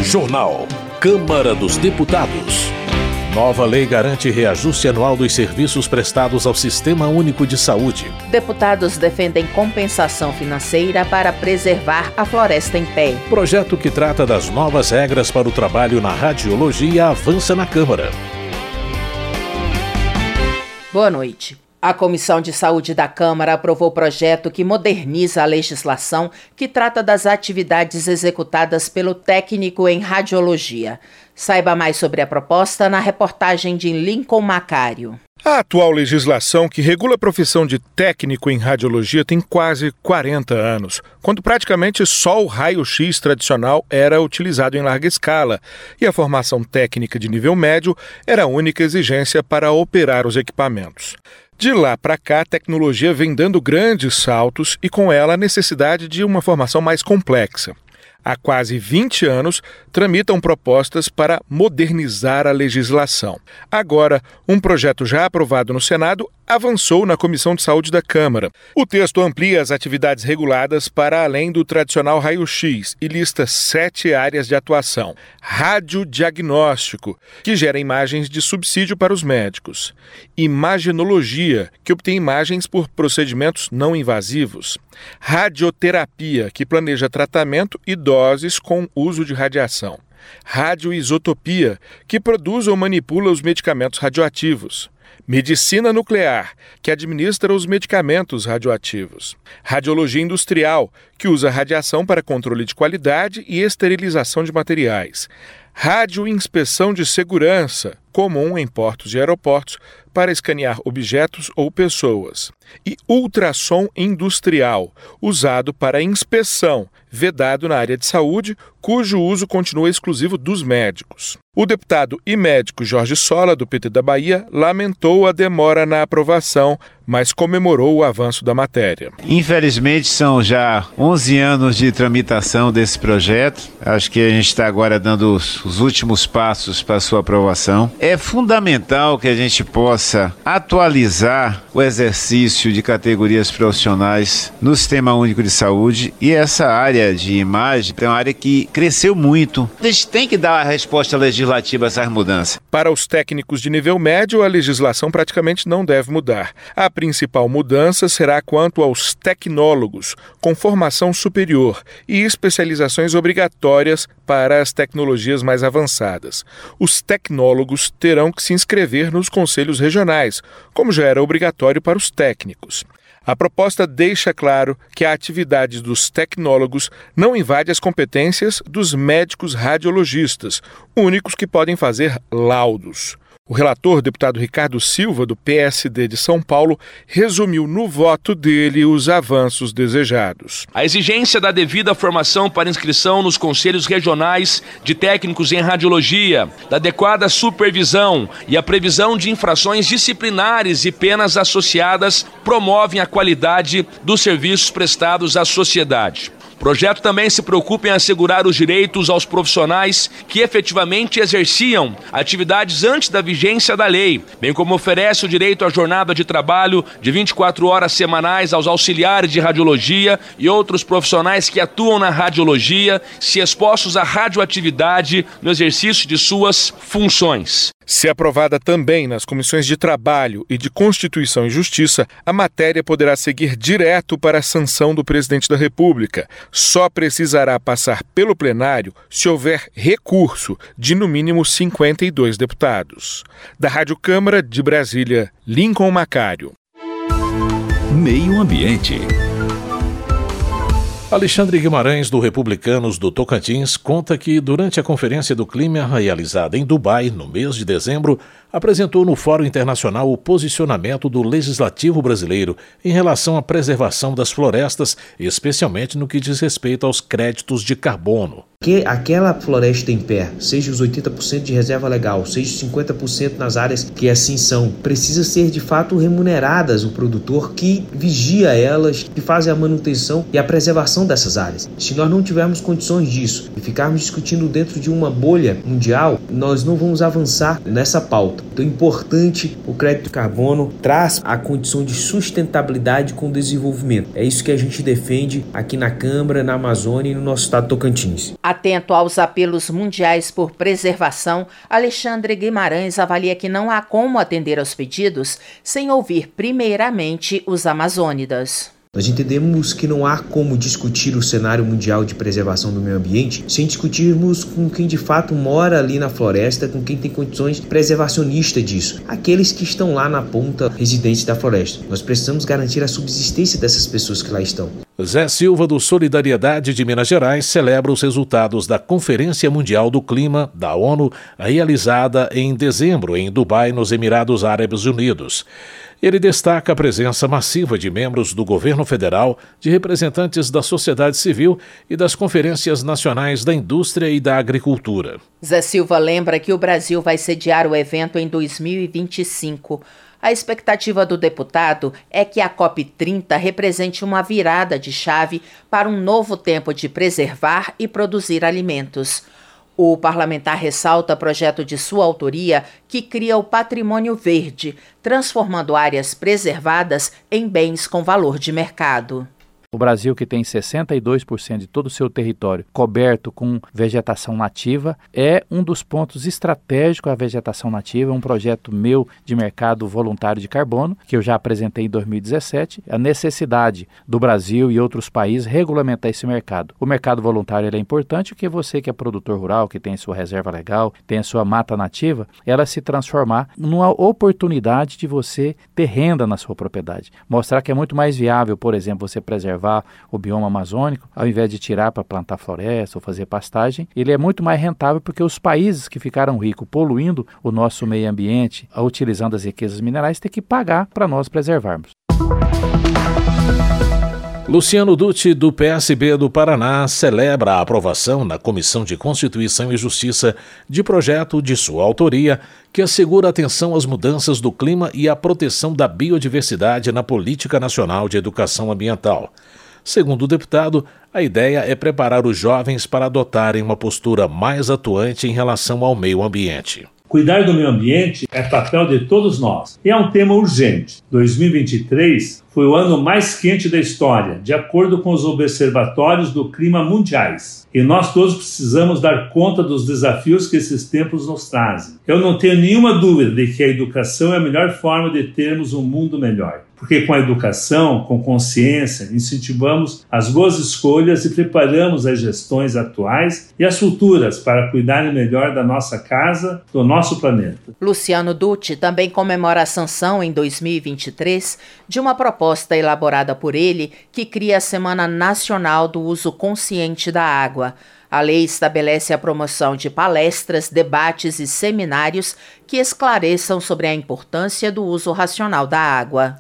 Jornal. Câmara dos Deputados. Nova lei garante reajuste anual dos serviços prestados ao Sistema Único de Saúde. Deputados defendem compensação financeira para preservar a floresta em pé. Projeto que trata das novas regras para o trabalho na radiologia avança na Câmara. Boa noite. A Comissão de Saúde da Câmara aprovou o projeto que moderniza a legislação que trata das atividades executadas pelo técnico em radiologia. Saiba mais sobre a proposta na reportagem de Lincoln Macário. A atual legislação que regula a profissão de técnico em radiologia tem quase 40 anos, quando praticamente só o raio-x tradicional era utilizado em larga escala e a formação técnica de nível médio era a única exigência para operar os equipamentos. De lá para cá, a tecnologia vem dando grandes saltos e com ela a necessidade de uma formação mais complexa. Há quase 20 anos, tramitam propostas para modernizar a legislação. Agora, um projeto já aprovado no Senado avançou na Comissão de Saúde da Câmara. O texto amplia as atividades reguladas para além do tradicional raio-x e lista 7 áreas de atuação. Radiodiagnóstico, que gera imagens de subsídio para os médicos. Imagenologia, que obtém imagens por procedimentos não invasivos. Radioterapia, que planeja tratamento e doses com uso de radiação. Radioisotopia, que produz ou manipula os medicamentos radioativos. Medicina nuclear, que administra os medicamentos radioativos. Radiologia industrial, que usa radiação para controle de qualidade e esterilização de materiais. Radioinspeção de segurança, comum em portos e aeroportos, para escanear objetos ou pessoas. E ultrassom industrial, usado para inspeção, vedado na área de saúde, cujo uso continua exclusivo dos médicos. O deputado e médico Jorge Sola, do PT da Bahia, lamentou a demora na aprovação, mas comemorou o avanço da matéria. Infelizmente, são já 11 anos de tramitação desse projeto. Acho que a gente está agora dando os últimos passos para a sua aprovação. É fundamental que a gente possa atualizar o exercício de categorias profissionais no Sistema Único de Saúde, e essa área de imagem é uma área que cresceu muito. A gente tem que dar a resposta legislativa a essas mudanças. Para os técnicos de nível médio, a legislação praticamente não deve mudar. A principal mudança será quanto aos tecnólogos, com formação superior e especializações obrigatórias para as tecnologias mais avançadas. Os tecnólogos terão que se inscrever nos conselhos regionais, como já era obrigatório para os técnicos. A proposta deixa claro que a atividade dos tecnólogos não invade as competências dos médicos radiologistas, únicos que podem fazer laudos. O relator, deputado Ricardo Silva, do PSD de São Paulo, resumiu no voto dele os avanços desejados. A exigência da devida formação para inscrição nos conselhos regionais de técnicos em radiologia, da adequada supervisão e a previsão de infrações disciplinares e penas associadas promovem a qualidade dos serviços prestados à sociedade. O projeto também se preocupa em assegurar os direitos aos profissionais que efetivamente exerciam atividades antes da vigência da lei, bem como oferece o direito à jornada de trabalho de 24 horas semanais aos auxiliares de radiologia e outros profissionais que atuam na radiologia, se expostos à radioatividade no exercício de suas funções. Se aprovada também nas comissões de Trabalho e de Constituição e Justiça, a matéria poderá seguir direto para a sanção do presidente da República. Só precisará passar pelo plenário se houver recurso de no mínimo 52 deputados. Da Rádio Câmara de Brasília, Lincoln Macário. Meio Ambiente. Alexandre Guimarães, do Republicanos do Tocantins, conta que durante a Conferência do Clima realizada em Dubai, no mês de dezembro, apresentou no Fórum Internacional o posicionamento do Legislativo brasileiro em relação à preservação das florestas, especialmente no que diz respeito aos créditos de carbono. Que aquela floresta em pé, seja os 80% de reserva legal, seja os 50% nas áreas que assim são, precisa ser de fato remuneradas o produtor que vigia elas, que faz a manutenção e a preservação dessas áreas. Se nós não tivermos condições disso e ficarmos discutindo dentro de uma bolha mundial, nós não vamos avançar nessa pauta. Então é importante, o crédito de carbono traz a condição de sustentabilidade com o desenvolvimento. É isso que a gente defende aqui na Câmara, na Amazônia e no nosso estado de Tocantins. Atento aos apelos mundiais por preservação, Alexandre Guimarães avalia que não há como atender aos pedidos sem ouvir primeiramente os amazônidas. Nós entendemos que não há como discutir o cenário mundial de preservação do meio ambiente sem discutirmos com quem de fato mora ali na floresta, com quem tem condições preservacionistas disso, aqueles que estão lá na ponta residentes da floresta. Nós precisamos garantir a subsistência dessas pessoas que lá estão. Zé Silva, do Solidariedade de Minas Gerais, celebra os resultados da Conferência Mundial do Clima, da ONU, realizada em dezembro em Dubai, nos Emirados Árabes Unidos. Ele destaca a presença massiva de membros do governo federal, de representantes da sociedade civil e das conferências nacionais da indústria e da agricultura. Zé Silva lembra que o Brasil vai sediar o evento em 2025. A expectativa do deputado é que a COP30 represente uma virada de chave para um novo tempo de preservar e produzir alimentos. O parlamentar ressalta projeto de sua autoria que cria o patrimônio verde, transformando áreas preservadas em bens com valor de mercado. O Brasil, que tem 62% de todo o seu território coberto com vegetação nativa, é um dos pontos estratégicos a vegetação nativa, um projeto meu de mercado voluntário de carbono, que eu já apresentei em 2017, a necessidade do Brasil e outros países regulamentar esse mercado. O mercado voluntário ele é importante porque você que é produtor rural, que tem sua reserva legal, tem a sua mata nativa, ela se transformar numa oportunidade de você ter renda na sua propriedade. Mostrar que é muito mais viável, por exemplo, você preservar o bioma amazônico, ao invés de tirar para plantar floresta ou fazer pastagem, ele é muito mais rentável porque os países que ficaram ricos poluindo o nosso meio ambiente, utilizando as riquezas minerais, têm que pagar para nós preservarmos. Luciano Dutti, do PSB do Paraná, celebra a aprovação na Comissão de Constituição e Justiça de projeto de sua autoria que assegura atenção às mudanças do clima e à proteção da biodiversidade na Política Nacional de Educação Ambiental. Segundo o deputado, a ideia é preparar os jovens para adotarem uma postura mais atuante em relação ao meio ambiente. Cuidar do meio ambiente é papel de todos nós e é um tema urgente. 2023 foi o ano mais quente da história, de acordo com os observatórios do clima mundiais. E nós todos precisamos dar conta dos desafios que esses tempos nos trazem. Eu não tenho nenhuma dúvida de que a educação é a melhor forma de termos um mundo melhor. Porque com a educação, com consciência, incentivamos as boas escolhas e preparamos as gestões atuais e as futuras para cuidarem melhor da nossa casa, do nosso planeta. Luciano Dutti também comemora a sanção em 2023 de uma proposta elaborada por ele que cria a Semana Nacional do Uso Consciente da Água. A lei estabelece a promoção de palestras, debates e seminários que esclareçam sobre a importância do uso racional da água.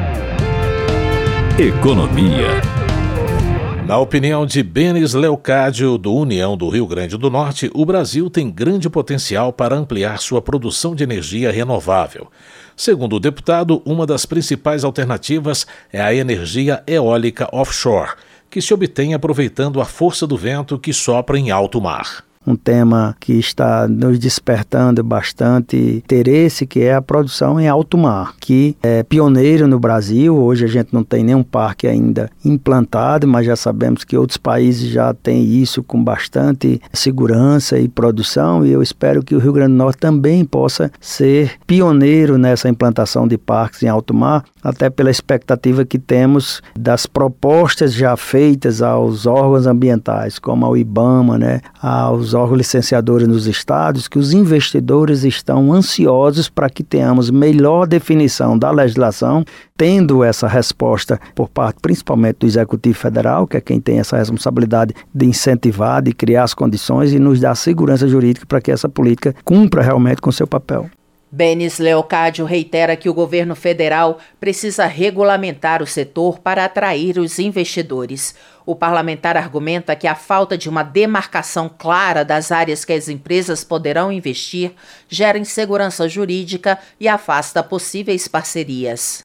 Economia. Na opinião de Benes Leocádio, do União do Rio Grande do Norte, o Brasil tem grande potencial para ampliar sua produção de energia renovável. Segundo o deputado, uma das principais alternativas é a energia eólica offshore, que se obtém aproveitando a força do vento que sopra em alto mar. Um tema que está nos despertando bastante interesse, que é a produção em alto mar, que é pioneiro no Brasil. Hoje a gente não tem nenhum parque ainda implantado, mas já sabemos que outros países já têm isso com bastante segurança e produção, e eu espero que o Rio Grande do Norte também possa ser pioneiro nessa implantação de parques em alto mar, até pela expectativa que temos das propostas já feitas aos órgãos ambientais, como ao IBAMA, aos órgãos licenciadores nos estados, que os investidores estão ansiosos para que tenhamos melhor definição da legislação, tendo essa resposta por parte principalmente do Executivo Federal, que é quem tem essa responsabilidade de incentivar, de criar as condições e nos dar segurança jurídica para que essa política cumpra realmente com seu papel. Benes Leocádio reitera que o governo federal precisa regulamentar o setor para atrair os investidores. O parlamentar argumenta que a falta de uma demarcação clara das áreas que as empresas poderão investir gera insegurança jurídica e afasta possíveis parcerias.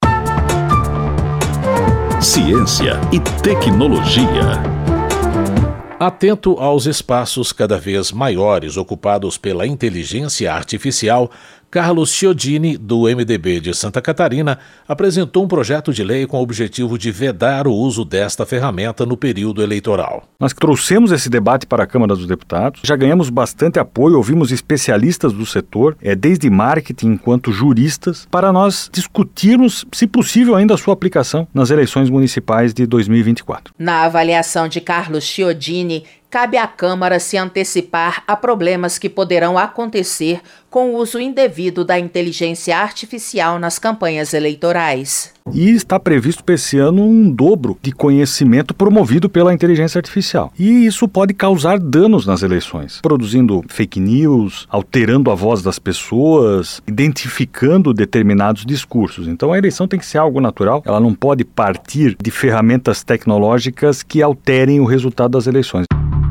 Ciência e tecnologia. Atento aos espaços cada vez maiores ocupados pela inteligência artificial, Carlos Chiodini, do MDB de Santa Catarina, apresentou um projeto de lei com o objetivo de vedar o uso desta ferramenta no período eleitoral. Nós trouxemos esse debate para a Câmara dos Deputados, já ganhamos bastante apoio, ouvimos especialistas do setor, desde marketing enquanto juristas, para nós discutirmos, se possível, ainda a sua aplicação nas eleições municipais de 2024. Na avaliação de Carlos Chiodini, cabe à Câmara se antecipar a problemas que poderão acontecer com o uso indevido da inteligência artificial nas campanhas eleitorais. E está previsto para esse ano um dobro de conhecimento promovido pela inteligência artificial. E isso pode causar danos nas eleições, produzindo fake news, alterando a voz das pessoas, identificando determinados discursos. Então a eleição tem que ser algo natural, ela não pode partir de ferramentas tecnológicas que alterem o resultado das eleições.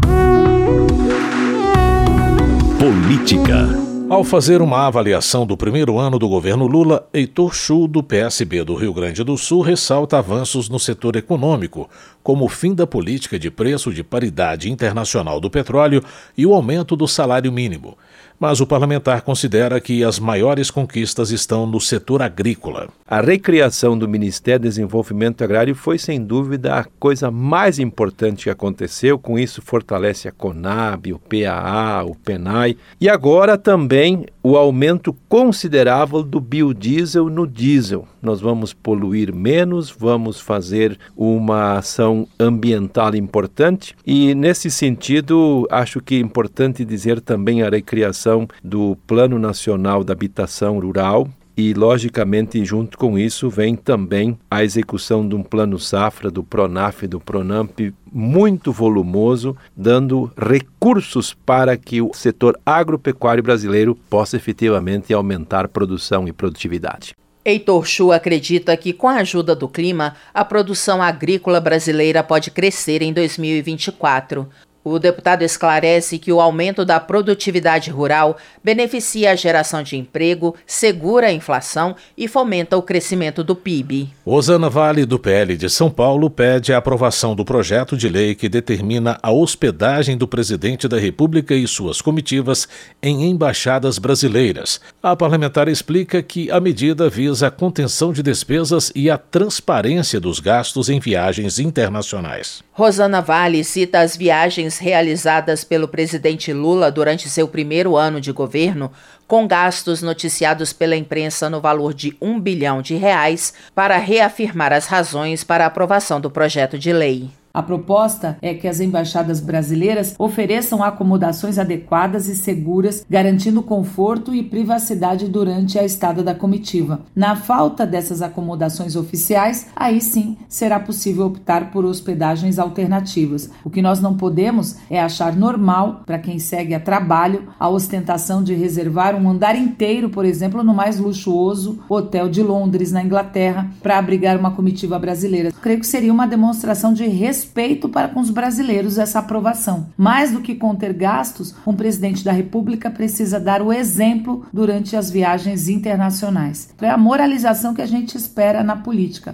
Política. Ao fazer uma avaliação do primeiro ano do governo Lula, Heitor Chu, do PSB do Rio Grande do Sul, ressalta avanços no setor econômico, como o fim da política de preço de paridade internacional do petróleo e o aumento do salário mínimo. Mas o parlamentar considera que as maiores conquistas estão no setor agrícola. A recriação do Ministério do Desenvolvimento Agrário foi, sem dúvida, a coisa mais importante que aconteceu. Com isso, fortalece a Conab, o PAA, o PENAI. E agora também o aumento considerável do biodiesel no diesel. Nós vamos poluir menos, vamos fazer uma ação ambiental importante. E, nesse sentido, acho que é importante dizer também a recriação do Plano Nacional da Habitação Rural e, logicamente, junto com isso vem também a execução de um plano safra do PRONAF e do PRONAMP muito volumoso, dando recursos para que o setor agropecuário brasileiro possa efetivamente aumentar produção e produtividade. Heitor Chu acredita que, com a ajuda do clima, a produção agrícola brasileira pode crescer em 2024. O deputado esclarece que o aumento da produtividade rural beneficia a geração de emprego, segura a inflação e fomenta o crescimento do PIB. Rosana Vale, do PL de São Paulo, pede a aprovação do projeto de lei que determina a hospedagem do presidente da República e suas comitivas em embaixadas brasileiras. A parlamentar explica que a medida visa a contenção de despesas e a transparência dos gastos em viagens internacionais. Rosana Vale cita as viagens realizadas pelo presidente Lula durante seu primeiro ano de governo, com gastos noticiados pela imprensa no valor de R$1 bilhão, para reafirmar as razões para a aprovação do projeto de lei. A proposta é que as embaixadas brasileiras ofereçam acomodações adequadas e seguras, garantindo conforto e privacidade durante a estada da comitiva. Na falta dessas acomodações oficiais, aí sim será possível optar por hospedagens alternativas. O que nós não podemos é achar normal, para quem segue a trabalho, a ostentação de reservar um andar inteiro, por exemplo, no mais luxuoso hotel de Londres, na Inglaterra, para abrigar uma comitiva brasileira. Creio que seria uma demonstração de respeito para com os brasileiros essa aprovação. Mais do que conter gastos, um presidente da República precisa dar o exemplo durante as viagens internacionais. É a moralização que a gente espera na política.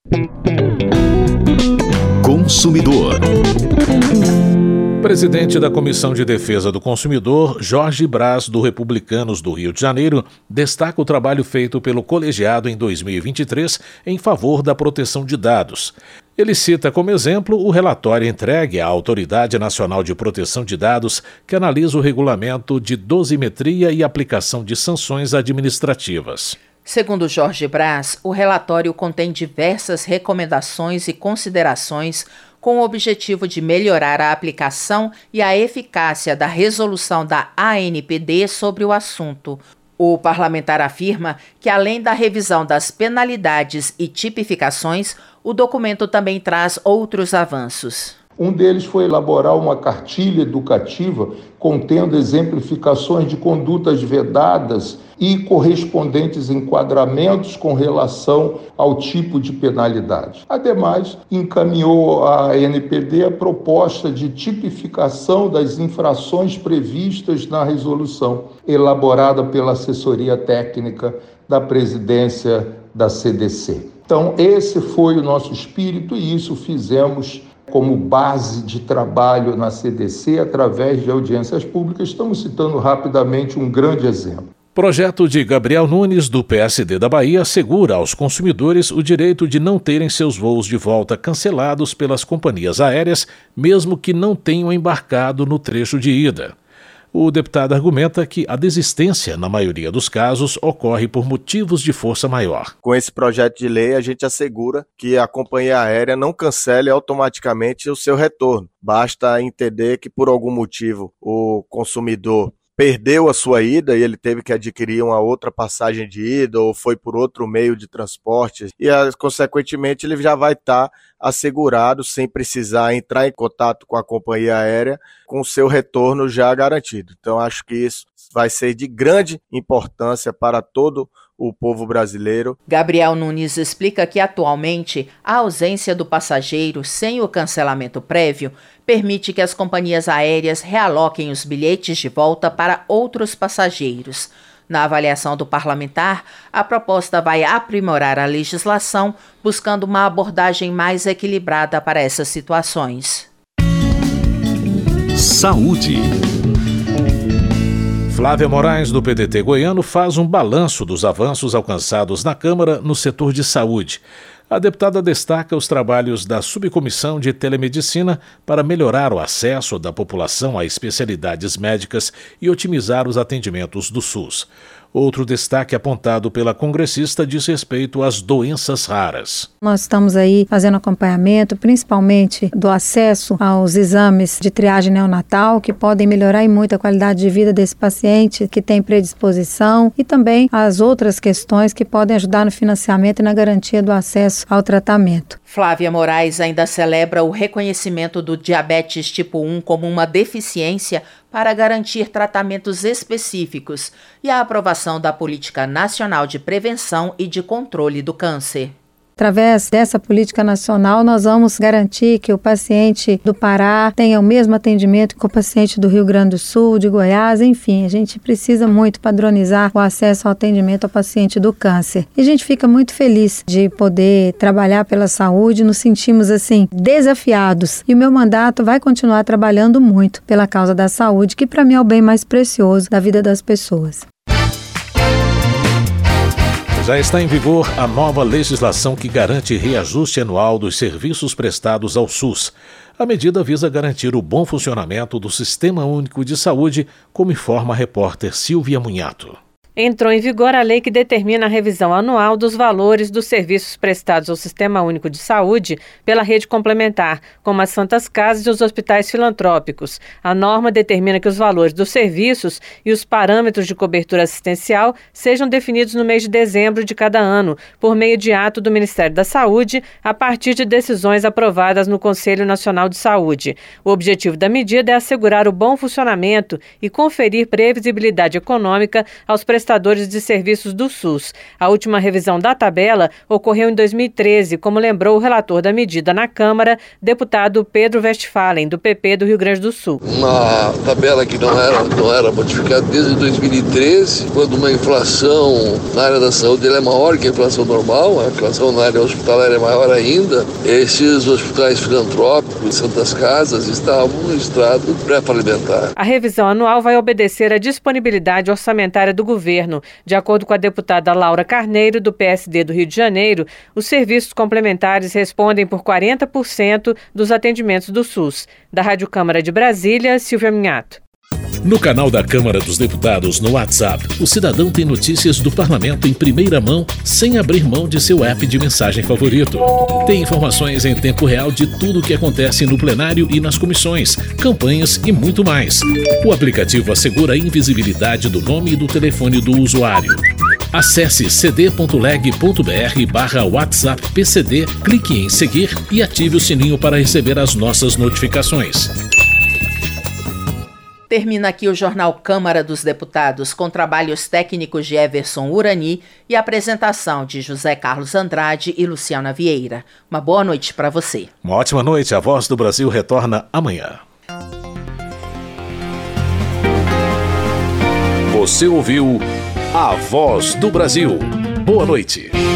Consumidor. Presidente da Comissão de Defesa do Consumidor, Jorge Braz, do Republicanos do Rio de Janeiro, destaca o trabalho feito pelo colegiado em 2023 em favor da proteção de dados. Ele cita como exemplo o relatório entregue à Autoridade Nacional de Proteção de Dados, que analisa o regulamento de dosimetria e aplicação de sanções administrativas. Segundo Jorge Braz, o relatório contém diversas recomendações e considerações com o objetivo de melhorar a aplicação e a eficácia da resolução da ANPD sobre o assunto. O parlamentar afirma que, além da revisão das penalidades e tipificações, o documento também traz outros avanços. Um deles foi elaborar uma cartilha educativa contendo exemplificações de condutas vedadas e correspondentes enquadramentos com relação ao tipo de penalidade. Ademais, encaminhou à ANPD a proposta de tipificação das infrações previstas na resolução, elaborada pela assessoria técnica da presidência da CDC. Então, esse foi o nosso espírito e isso fizemos como base de trabalho na CDC através de audiências públicas. Estamos citando rapidamente um grande exemplo. Projeto de Gabriel Nunes, do PSD da Bahia, assegura aos consumidores o direito de não terem seus voos de volta cancelados pelas companhias aéreas, mesmo que não tenham embarcado no trecho de ida. O deputado argumenta que a desistência, na maioria dos casos, ocorre por motivos de força maior. Com esse projeto de lei, a gente assegura que a companhia aérea não cancele automaticamente o seu retorno. Basta entender que, por algum motivo, o consumidor perdeu a sua ida e ele teve que adquirir uma outra passagem de ida ou foi por outro meio de transporte e, consequentemente, ele já vai estar assegurado sem precisar entrar em contato com a companhia aérea com o seu retorno já garantido. Então, acho que isso vai ser de grande importância para todo o povo brasileiro. Gabriel Nunes explica que, atualmente, a ausência do passageiro sem o cancelamento prévio permite que as companhias aéreas realoquem os bilhetes de volta para outros passageiros. Na avaliação do parlamentar, a proposta vai aprimorar a legislação, buscando uma abordagem mais equilibrada para essas situações. Saúde. Flávia Moraes, do PDT goiano, faz um balanço dos avanços alcançados na Câmara no setor de saúde. A deputada destaca os trabalhos da Subcomissão de Telemedicina para melhorar o acesso da população a especialidades médicas e otimizar os atendimentos do SUS. Outro destaque apontado pela congressista diz respeito às doenças raras. Nós estamos aí fazendo acompanhamento, principalmente do acesso aos exames de triagem neonatal, que podem melhorar em muito a qualidade de vida desse paciente que tem predisposição, e também as outras questões que podem ajudar no financiamento e na garantia do acesso ao tratamento. Flávia Moraes ainda celebra o reconhecimento do diabetes tipo 1 como uma deficiência para garantir tratamentos específicos e a aprovação da Política Nacional de Prevenção e de Controle do Câncer. Através dessa política nacional, nós vamos garantir que o paciente do Pará tenha o mesmo atendimento que o paciente do Rio Grande do Sul, de Goiás, enfim, a gente precisa muito padronizar o acesso ao atendimento ao paciente do câncer. E a gente fica muito feliz de poder trabalhar pela saúde, nos sentimos assim, desafiados. E o meu mandato vai continuar trabalhando muito pela causa da saúde, que para mim é o bem mais precioso da vida das pessoas. Já está em vigor a nova legislação que garante reajuste anual dos serviços prestados ao SUS. A medida visa garantir o bom funcionamento do Sistema Único de Saúde, como informa a repórter Silvia Munhato. Entrou em vigor a lei que determina a revisão anual dos valores dos serviços prestados ao Sistema Único de Saúde pela rede complementar, como as Santas Casas e os hospitais filantrópicos. A norma determina que os valores dos serviços e os parâmetros de cobertura assistencial sejam definidos no mês de dezembro de cada ano, por meio de ato do Ministério da Saúde, a partir de decisões aprovadas no Conselho Nacional de Saúde. O objetivo da medida é assegurar o bom funcionamento e conferir previsibilidade econômica aos prestadores de serviços do SUS. A última revisão da tabela ocorreu em 2013, como lembrou o relator da medida na Câmara, deputado Pedro Westphalen, do PP do Rio Grande do Sul. Uma tabela que não era modificada desde 2013, quando uma inflação na área da saúde é maior que a inflação normal, a inflação na área hospitalária é maior ainda. Esses hospitais filantrópicos, Santas Casas, estavam no estado pré-falimentar. A revisão anual vai obedecer à disponibilidade orçamentária do governo. De acordo com a deputada Laura Carneiro, do PSD do Rio de Janeiro, os serviços complementares respondem por 40% dos atendimentos do SUS. Da Rádio Câmara de Brasília, Silvia Minhato. No canal da Câmara dos Deputados no WhatsApp, o cidadão tem notícias do parlamento em primeira mão, sem abrir mão de seu app de mensagem favorito. Tem informações em tempo real de tudo o que acontece no plenário e nas comissões, campanhas e muito mais. O aplicativo assegura a invisibilidade do nome e do telefone do usuário. Acesse cd.leg.br/WhatsApp-PCD, clique em seguir e ative o sininho para receber as nossas notificações. Termina aqui o Jornal Câmara dos Deputados, com trabalhos técnicos de Everson Urani e apresentação de José Carlos Andrade e Luciana Vieira. Uma boa noite para você. Uma ótima noite. A Voz do Brasil retorna amanhã. Você ouviu A Voz do Brasil. Boa noite.